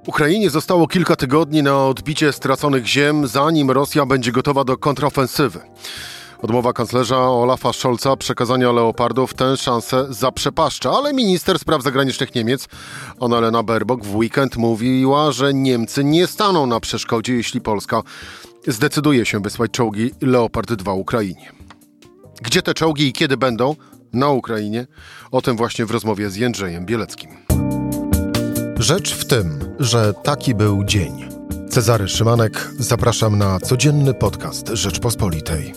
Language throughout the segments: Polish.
Ukrainie zostało kilka tygodni na odbicie straconych ziem, zanim Rosja będzie gotowa do kontrofensywy. Odmowa kanclerza Olafa Scholza przekazania Leopardów tę szansę zaprzepaszcza, ale minister spraw zagranicznych Niemiec Annalena Baerbock w weekend mówiła, że Niemcy nie staną na przeszkodzie, jeśli Polska zdecyduje się wysłać czołgi Leopard 2 Ukrainie. Gdzie te czołgi i kiedy będą na Ukrainie? O tym właśnie w rozmowie z Jędrzejem Bieleckim. Rzecz w tym, że taki był dzień. Cezary Szymanek, zapraszam na codzienny podcast Rzeczpospolitej.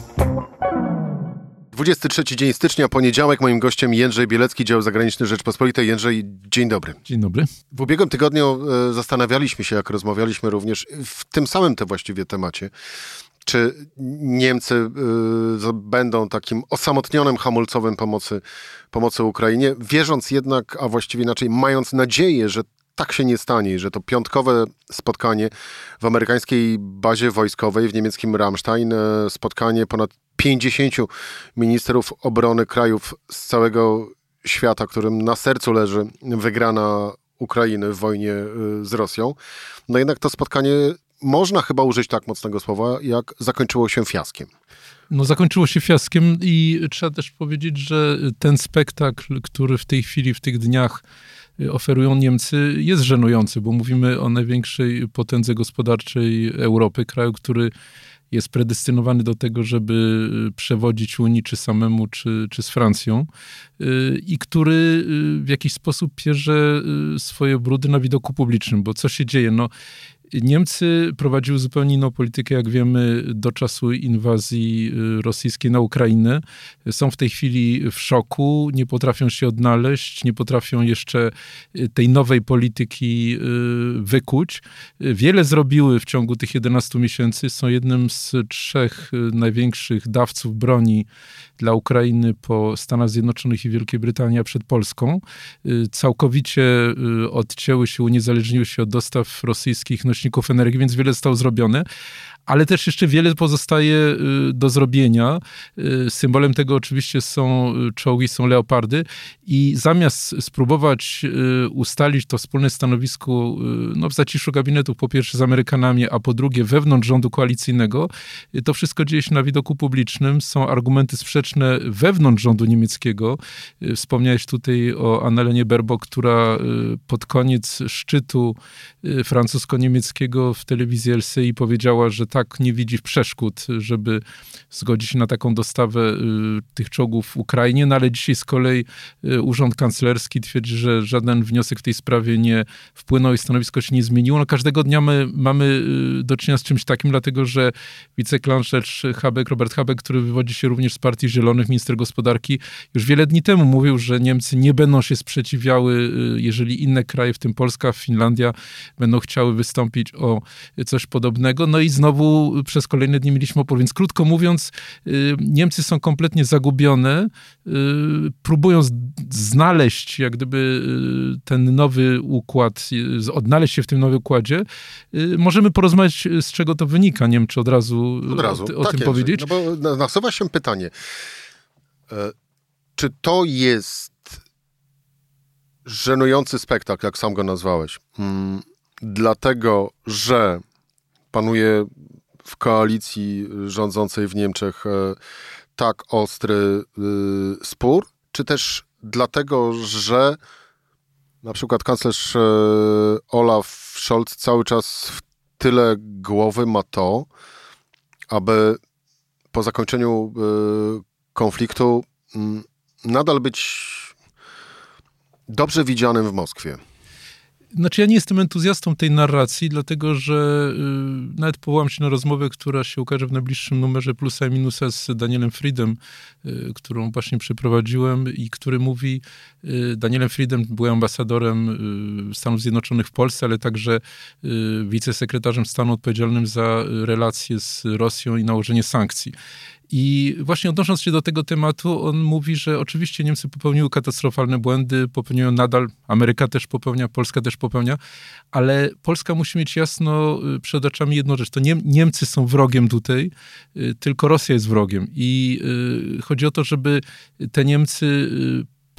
23 dzień stycznia, poniedziałek. Moim gościem Jędrzej Bielecki, dział zagraniczny Rzeczpospolitej. Jędrzej, dzień dobry. Dzień dobry. W ubiegłym tygodniu zastanawialiśmy się, jak rozmawialiśmy również w tym samym właściwie temacie, czy Niemcy będą takim osamotnionym hamulcowym pomocy Ukrainie, wierząc jednak, a właściwie inaczej, mając nadzieję, że tak się nie stanie, że to piątkowe spotkanie w amerykańskiej bazie wojskowej w niemieckim Ramstein, spotkanie ponad 50 ministrów obrony krajów z całego świata, którym na sercu leży wygrana Ukrainy w wojnie z Rosją. No jednak to spotkanie, można chyba użyć tak mocnego słowa, jak zakończyło się fiaskiem. No zakończyło się fiaskiem i trzeba też powiedzieć, że ten spektakl, który w tej chwili, w tych dniach oferują Niemcy, jest żenujący, bo mówimy o największej potędze gospodarczej Europy, kraju, który jest predestynowany do tego, żeby przewodzić Unii, czy samemu, czy z Francją i który w jakiś sposób pierze swoje brudy na widoku publicznym, bo co się dzieje? No, Niemcy prowadziły zupełnie inną politykę, jak wiemy, do czasu inwazji rosyjskiej na Ukrainę. Są w tej chwili w szoku, nie potrafią się odnaleźć, nie potrafią jeszcze tej nowej polityki wykuć. Wiele zrobiły w ciągu tych 11 miesięcy. Są jednym z 3 największych dawców broni dla Ukrainy po Stanach Zjednoczonych i Wielkiej Brytanii, a przed Polską. Całkowicie odcięły się, uniezależniły się od dostaw rosyjskich nośników energii, więc wiele zostało zrobione, ale też jeszcze wiele pozostaje do zrobienia. Symbolem tego oczywiście są czołgi, są Leopardy i zamiast spróbować ustalić to wspólne stanowisko w zaciszu gabinetów, po pierwsze z Amerykanami, a po drugie wewnątrz rządu koalicyjnego, to wszystko dzieje się na widoku publicznym. Są argumenty sprzeczne wewnątrz rządu niemieckiego. Wspomniałeś tutaj o Annalenie Baerbock, która pod koniec szczytu francusko-niemieckiego w telewizji LCI powiedziała, że tak nie widzi przeszkód, żeby zgodzić się na taką dostawę tych czołgów Ukrainie, no ale dzisiaj z kolei Urząd Kanclerski twierdzi, że żaden wniosek w tej sprawie nie wpłynął i stanowisko się nie zmieniło. No każdego dnia mamy do czynienia z czymś takim, dlatego że wicekanclerz Robert Habeck, który wywodzi się również z Partii Zielonych, minister gospodarki, już wiele dni temu mówił, że Niemcy nie będą się sprzeciwiały, jeżeli inne kraje, w tym Polska, Finlandia, będą chciały wystąpić o coś podobnego. No i znowu przez kolejne dni mieliśmy opór. Więc krótko mówiąc, Niemcy są kompletnie zagubione, próbują znaleźć jak gdyby ten nowy układ, odnaleźć się w tym nowym układzie. Możemy porozmawiać, z czego to wynika. Nie wiem, czy od razu o tym powiedzieć. No bo nasuwa się pytanie, czy to jest żenujący spektakl, jak sam go nazwałeś, dlatego, że panuje w koalicji rządzącej w Niemczech tak ostry spór, czy też dlatego, że na przykład kanclerz Olaf Scholz cały czas w tyle głowy ma to, aby po zakończeniu konfliktu nadal być dobrze widzianym w Moskwie? Znaczy ja nie jestem entuzjastą tej narracji, dlatego że nawet powołam się na rozmowę, która się ukaże w najbliższym numerze Plusa i Minusa z Danielem Friedem, którą właśnie przeprowadziłem i który mówi, Danielem Friedem był ambasadorem Stanów Zjednoczonych w Polsce, ale także wicesekretarzem stanu odpowiedzialnym za relacje z Rosją i nałożenie sankcji. I właśnie odnosząc się do tego tematu, on mówi, że oczywiście Niemcy popełniły katastrofalne błędy, popełniają nadal, Ameryka też popełnia, Polska też popełnia, ale Polska musi mieć jasno przed oczami jedną rzecz. To nie Niemcy są wrogiem tutaj, tylko Rosja jest wrogiem. I chodzi o to, żeby te Niemcy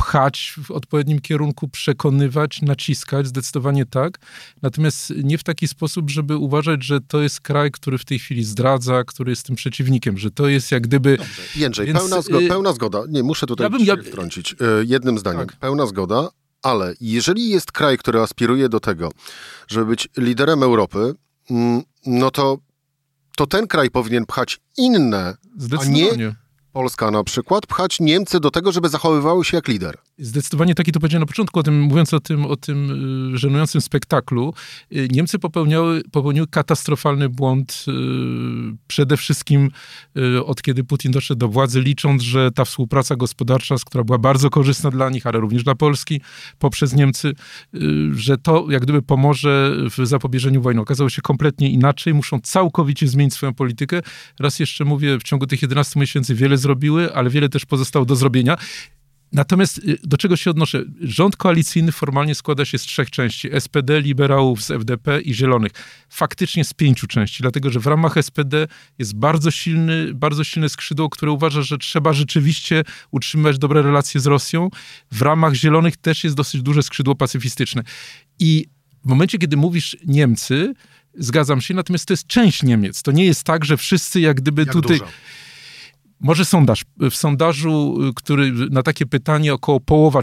pchać w odpowiednim kierunku, przekonywać, naciskać, zdecydowanie tak. Natomiast nie w taki sposób, żeby uważać, że to jest kraj, który w tej chwili zdradza, który jest tym przeciwnikiem, że to jest jak gdyby... Dobrze. Jędrzej, więc, pełna zgoda. Nie, muszę tutaj wtrącić. Jednym zdaniem. Tak. Pełna zgoda, ale jeżeli jest kraj, który aspiruje do tego, żeby być liderem Europy, no to ten kraj powinien pchać inne, a nie Polska na przykład, pchać Niemcy do tego, żeby zachowywały się jak lider. Zdecydowanie tak, i to powiedziałem na początku, mówiąc o tym żenującym spektaklu. Niemcy popełniły katastrofalny błąd przede wszystkim od kiedy Putin doszedł do władzy, licząc, że ta współpraca gospodarcza, która była bardzo korzystna dla nich, ale również dla Polski, poprzez Niemcy, że to jak gdyby pomoże w zapobieżeniu wojny. Okazało się kompletnie inaczej. Muszą całkowicie zmienić swoją politykę. Raz jeszcze mówię, w ciągu tych 11 miesięcy wiele zrobiły, ale wiele też pozostało do zrobienia. Natomiast do czego się odnoszę? Rząd koalicyjny formalnie składa się z 3 części. SPD, liberałów z FDP i Zielonych. Faktycznie z 5 części, dlatego że w ramach SPD jest bardzo silne skrzydło, które uważa, że trzeba rzeczywiście utrzymywać dobre relacje z Rosją. W ramach Zielonych też jest dosyć duże skrzydło pacyfistyczne. I w momencie, kiedy mówisz Niemcy, zgadzam się, natomiast to jest część Niemiec. To nie jest tak, że wszyscy jak gdyby tutaj... Dużo? Może sondaż. W sondażu, który na takie pytanie około połowa,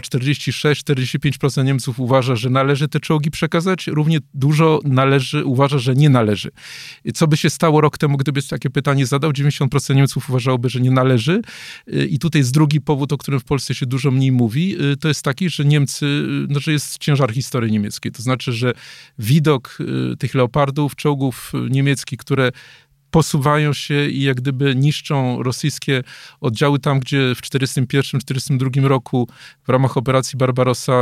46-45% Niemców uważa, że należy te czołgi przekazać. Równie dużo uważa, że nie należy. Co by się stało rok temu, gdyby takie pytanie zadał? 90% Niemców uważałoby, że nie należy. I tutaj jest drugi powód, o którym w Polsce się dużo mniej mówi. To jest taki, że Niemcy, że jest ciężar historii niemieckiej. To znaczy, że widok tych leopardów, czołgów niemieckich, które posuwają się i jak gdyby niszczą rosyjskie oddziały tam, gdzie w 1941-1942 roku w ramach operacji Barbarossa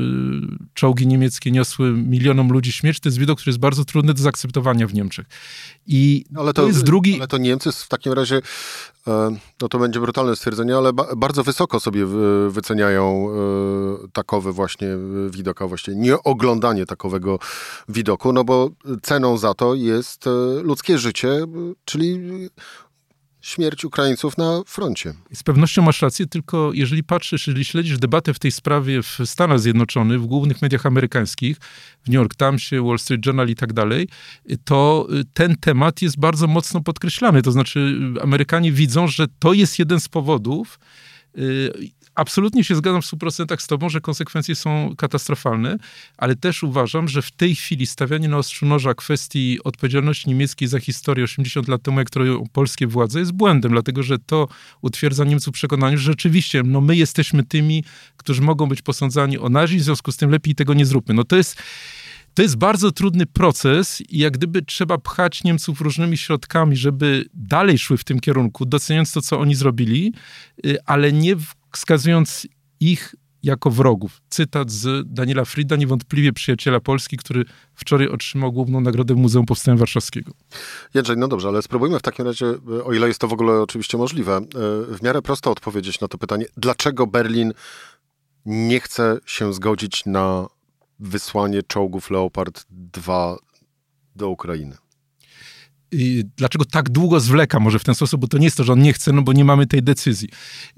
czołgi niemieckie niosły milionom ludzi śmierć. To jest widok, który jest bardzo trudny do zaakceptowania w Niemczech. I ale to jest drugi... Ale to Niemcy w takim razie, no to będzie brutalne stwierdzenie, ale bardzo wysoko sobie wyceniają takowy właśnie widok, a właściwie nieoglądanie takowego widoku, no bo ceną za to jest ludzkie życie, czyli śmierć Ukraińców na froncie. Z pewnością masz rację, tylko jeżeli patrzysz, jeżeli śledzisz debatę w tej sprawie w Stanach Zjednoczonych, w głównych mediach amerykańskich, w New York Timesie, Wall Street Journal i tak dalej, to ten temat jest bardzo mocno podkreślany. To znaczy Amerykanie widzą, że to jest jeden z powodów. Absolutnie się zgadzam w 100% z tobą, że konsekwencje są katastrofalne, ale też uważam, że w tej chwili stawianie na ostrzu noża kwestii odpowiedzialności niemieckiej za historię 80 lat temu, jak kroją polskie władze, jest błędem, dlatego że to utwierdza Niemców w przekonaniu, że rzeczywiście my jesteśmy tymi, którzy mogą być posądzani o nazizm, w związku z tym lepiej tego nie zróbmy. To jest bardzo trudny proces i jak gdyby trzeba pchać Niemców różnymi środkami, żeby dalej szły w tym kierunku, doceniając to, co oni zrobili, ale nie wskazując ich jako wrogów. Cytat z Daniela Frieda, niewątpliwie przyjaciela Polski, który wczoraj otrzymał główną nagrodę w Muzeum Powstania Warszawskiego. Jędrzej, no dobrze, ale spróbujmy w takim razie, o ile jest to w ogóle oczywiście możliwe, w miarę prosto odpowiedzieć na to pytanie, dlaczego Berlin nie chce się zgodzić na wysłanie czołgów Leopard 2 do Ukrainy. Dlaczego tak długo zwleka może w ten sposób, bo to nie jest to, że on nie chce, no bo nie mamy tej decyzji.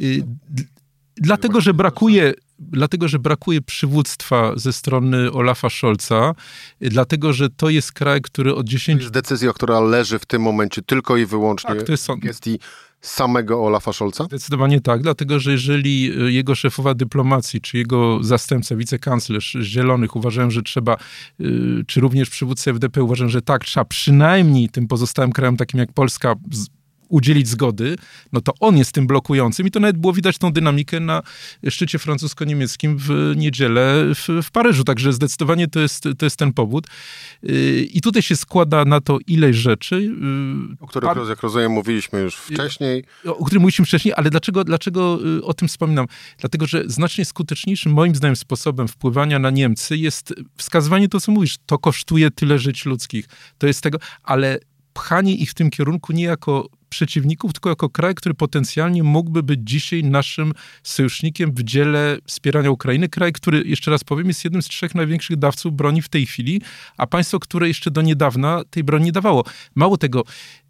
Dlatego, że brakuje przywództwa ze strony Olafa Scholza, dlatego, że to jest kraj, który od 10... To jest decyzja, która leży w tym momencie tylko i wyłącznie w gestii samego Olafa Scholza? Zdecydowanie tak, dlatego, że jeżeli jego szefowa dyplomacji, czy jego zastępca, wicekanclerz z Zielonych uważają, że trzeba, czy również przywódcy FDP uważają, że tak, trzeba przynajmniej tym pozostałym krajom, takim jak Polska, udzielić zgody, no to on jest tym blokującym i to nawet było widać tą dynamikę na szczycie francusko-niemieckim w niedzielę w Paryżu, także zdecydowanie to jest ten powód. I tutaj się składa na to ileś rzeczy. O których, jak rozumiem, mówiliśmy już wcześniej. O którym mówiliśmy wcześniej, ale dlaczego o tym wspominam? Dlatego, że znacznie skuteczniejszym moim zdaniem sposobem wpływania na Niemcy jest wskazywanie to, co mówisz. To kosztuje tyle żyć ludzkich. To jest tego, ale pchanie ich w tym kierunku nie jako przeciwników, tylko jako kraj, który potencjalnie mógłby być dzisiaj naszym sojusznikiem w dziele wspierania Ukrainy. Kraj, który, jeszcze raz powiem, jest jednym z 3 największych dawców broni w tej chwili, a państwo, które jeszcze do niedawna tej broni nie dawało. Mało tego,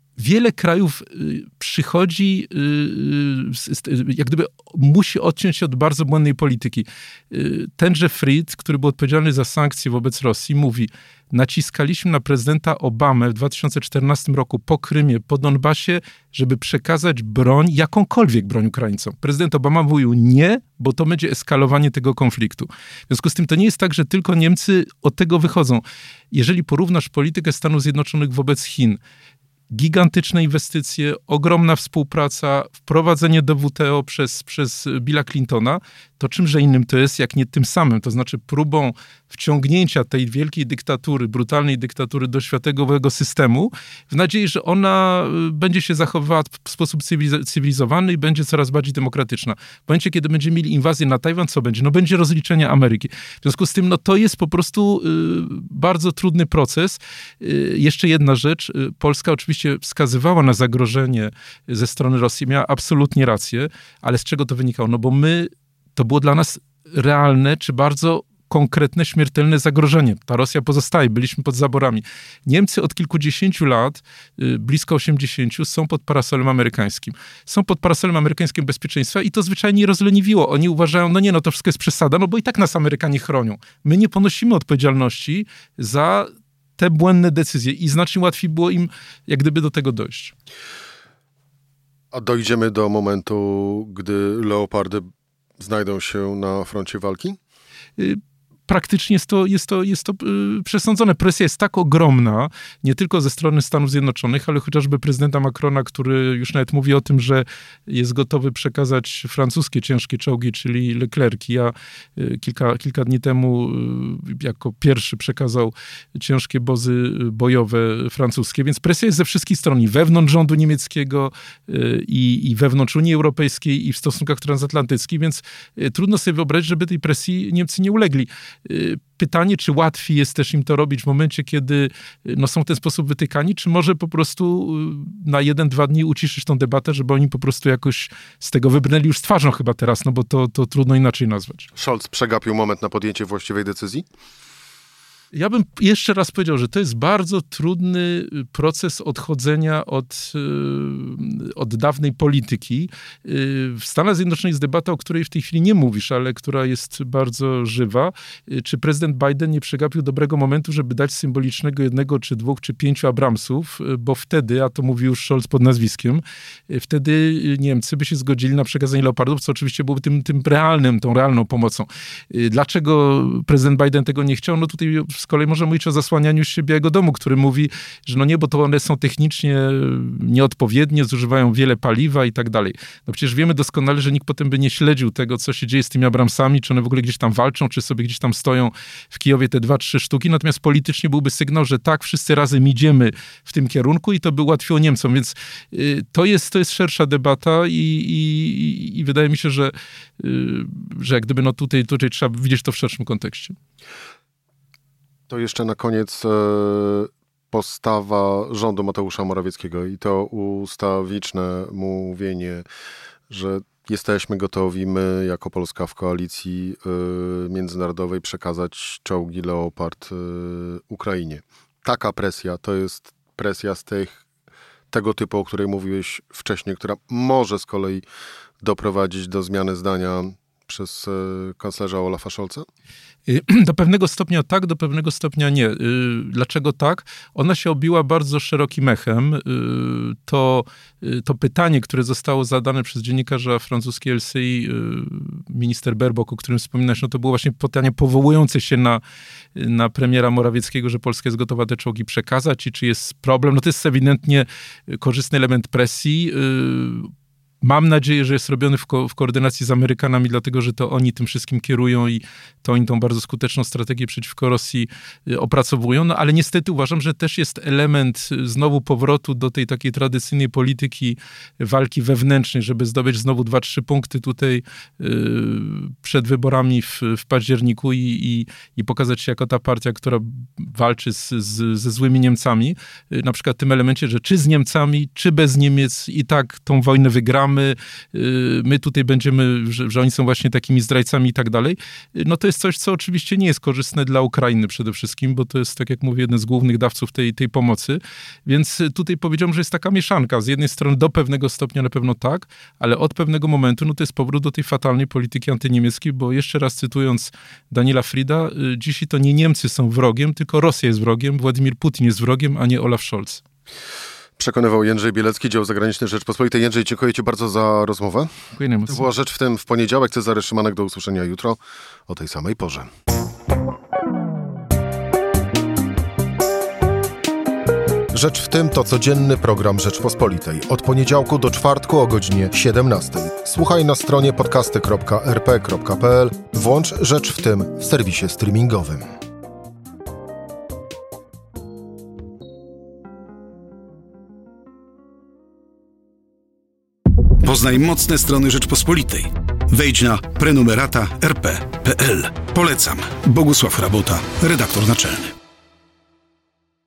wiele krajów przychodzi, jak gdyby musi odciąć się od bardzo błędnej polityki. Tenże Fried, który był odpowiedzialny za sankcje wobec Rosji, mówi: naciskaliśmy na prezydenta Obamę w 2014 roku po Krymie, po Donbasie, żeby przekazać broń, jakąkolwiek broń Ukraińcom. Prezydent Obama mówił nie, bo to będzie eskalowanie tego konfliktu. W związku z tym to nie jest tak, że tylko Niemcy od tego wychodzą. Jeżeli porównasz politykę Stanów Zjednoczonych wobec Chin, gigantyczne inwestycje, ogromna współpraca, wprowadzenie do WTO przez Billa Clintona, to czymże innym to jest, jak nie tym samym. To znaczy próbą wciągnięcia tej wielkiej dyktatury, brutalnej dyktatury do światowego systemu, w nadziei, że ona będzie się zachowywała w sposób cywilizowany i będzie coraz bardziej demokratyczna. W momencie, kiedy będziemy mieli inwazję na Tajwan, co będzie? No będzie rozliczenie Ameryki. W związku z tym, no to jest po prostu bardzo trudny proces. Jeszcze jedna rzecz. Polska oczywiście wskazywała na zagrożenie ze strony Rosji, miała absolutnie rację, ale z czego to wynikało? No bo to było dla nas realne, czy bardzo konkretne, śmiertelne zagrożenie. Ta Rosja pozostaje, byliśmy pod zaborami. Niemcy od kilkudziesięciu lat, blisko 80, są pod parasolem amerykańskim. Są pod parasolem amerykańskim bezpieczeństwa i to zwyczajnie rozleniwiło. Oni uważają, no to wszystko jest przesada, no bo i tak nas Amerykanie chronią. My nie ponosimy odpowiedzialności za te błędne decyzje i znacznie łatwiej było im jak gdyby do tego dojść. A dojdziemy do momentu, gdy leopardy znajdą się na froncie walki? Praktycznie jest to przesądzone. Presja jest tak ogromna, nie tylko ze strony Stanów Zjednoczonych, ale chociażby prezydenta Macrona, który już nawet mówi o tym, że jest gotowy przekazać francuskie ciężkie czołgi, czyli Leclerki. Ja kilka dni temu jako pierwszy przekazał ciężkie bozy bojowe francuskie, więc presja jest ze wszystkich stron, i wewnątrz rządu niemieckiego, i wewnątrz Unii Europejskiej, i w stosunkach transatlantyckich, więc trudno sobie wyobrazić, żeby tej presji Niemcy nie ulegli. Pytanie, czy łatwiej jest też im to robić w momencie, kiedy są w ten sposób wytykani, czy może po prostu na 1-2 dni uciszyć tą debatę, żeby oni po prostu jakoś z tego wybrnęli już z twarzą chyba teraz, no bo to trudno inaczej nazwać. Scholz przegapił moment na podjęcie właściwej decyzji? Ja bym jeszcze raz powiedział, że to jest bardzo trudny proces odchodzenia od dawnej polityki. W Stanach Zjednoczonych jest debata, o której w tej chwili nie mówisz, ale która jest bardzo żywa. Czy prezydent Biden nie przegapił dobrego momentu, żeby dać symbolicznego 1, czy 2, czy 5 Abramsów, bo wtedy, a to mówił już Scholz pod nazwiskiem, wtedy Niemcy by się zgodzili na przekazanie Leopardów, co oczywiście byłoby tym tą realną pomocą. Dlaczego prezydent Biden tego nie chciał? No tutaj z kolei można mówić o zasłanianiu się Białego Domu, który mówi, że no nie, bo to one są technicznie nieodpowiednie, zużywają wiele paliwa i tak dalej. No przecież wiemy doskonale, że nikt potem by nie śledził tego, co się dzieje z tymi Abramsami, czy one w ogóle gdzieś tam walczą, czy sobie gdzieś tam stoją w Kijowie te 2-3 sztuki, natomiast politycznie byłby sygnał, że tak, wszyscy razem idziemy w tym kierunku i to by ułatwiło Niemcom, więc to jest szersza debata i wydaje mi się, że jak gdyby tutaj trzeba widzieć to w szerszym kontekście. To jeszcze na koniec postawa rządu Mateusza Morawieckiego i to ustawiczne mówienie, że jesteśmy gotowi, my jako Polska w koalicji międzynarodowej przekazać czołgi Leopard Ukrainie. Taka presja to jest presja z tego typu, o której mówiłeś wcześniej, która może z kolei doprowadzić do zmiany zdania przez kanclerza Olafa Scholza? Do pewnego stopnia tak, do pewnego stopnia nie. Dlaczego tak? Ona się obiła bardzo szerokim echem. To pytanie, które zostało zadane przez dziennikarza francuskiej LCI, minister Baerbock, o którym wspominasz, no to było właśnie pytanie powołujące się na premiera Morawieckiego, że Polska jest gotowa te czołgi przekazać i czy jest problem. No to jest ewidentnie korzystny element presji. Mam nadzieję, że jest robiony w koordynacji z Amerykanami, dlatego że to oni tym wszystkim kierują i to oni tą bardzo skuteczną strategię przeciwko Rosji opracowują. No ale niestety uważam, że też jest element znowu powrotu do tej takiej tradycyjnej polityki walki wewnętrznej, żeby zdobyć znowu 2-3 punkty tutaj przed wyborami w październiku i pokazać się jako ta partia, która walczy ze złymi Niemcami. Na przykład w tym elemencie, że czy z Niemcami, czy bez Niemiec i tak tą wojnę wygramy, wspieramy, my tutaj będziemy, że oni są właśnie takimi zdrajcami i tak dalej, no to jest coś, co oczywiście nie jest korzystne dla Ukrainy przede wszystkim, bo to jest, tak jak mówię, jeden z głównych dawców tej pomocy, więc tutaj powiedziałbym, że jest taka mieszanka. Z jednej strony do pewnego stopnia na pewno tak, ale od pewnego momentu, no to jest powrót do tej fatalnej polityki antyniemieckiej, bo jeszcze raz cytując Daniela Frieda, dzisiaj to nie Niemcy są wrogiem, tylko Rosja jest wrogiem, Władimir Putin jest wrogiem, a nie Olaf Scholz. Przekonywał Jędrzej Bielecki, dział zagraniczny Rzeczpospolitej. Jędrzej, dziękuję Ci bardzo za rozmowę. Dziękuję najmocniej. To była Rzecz w tym w poniedziałek. Cezary Szymanek, do usłyszenia jutro o tej samej porze. Rzecz w tym to codzienny program Rzeczpospolitej. Od poniedziałku do czwartku o godzinie 17. Słuchaj na stronie podcasty.rp.pl. Włącz Rzecz w tym w serwisie streamingowym. Poznaj mocne strony Rzeczpospolitej. Wejdź na prenumerata.rp.pl. Polecam. Bogusław Rabota, redaktor naczelny.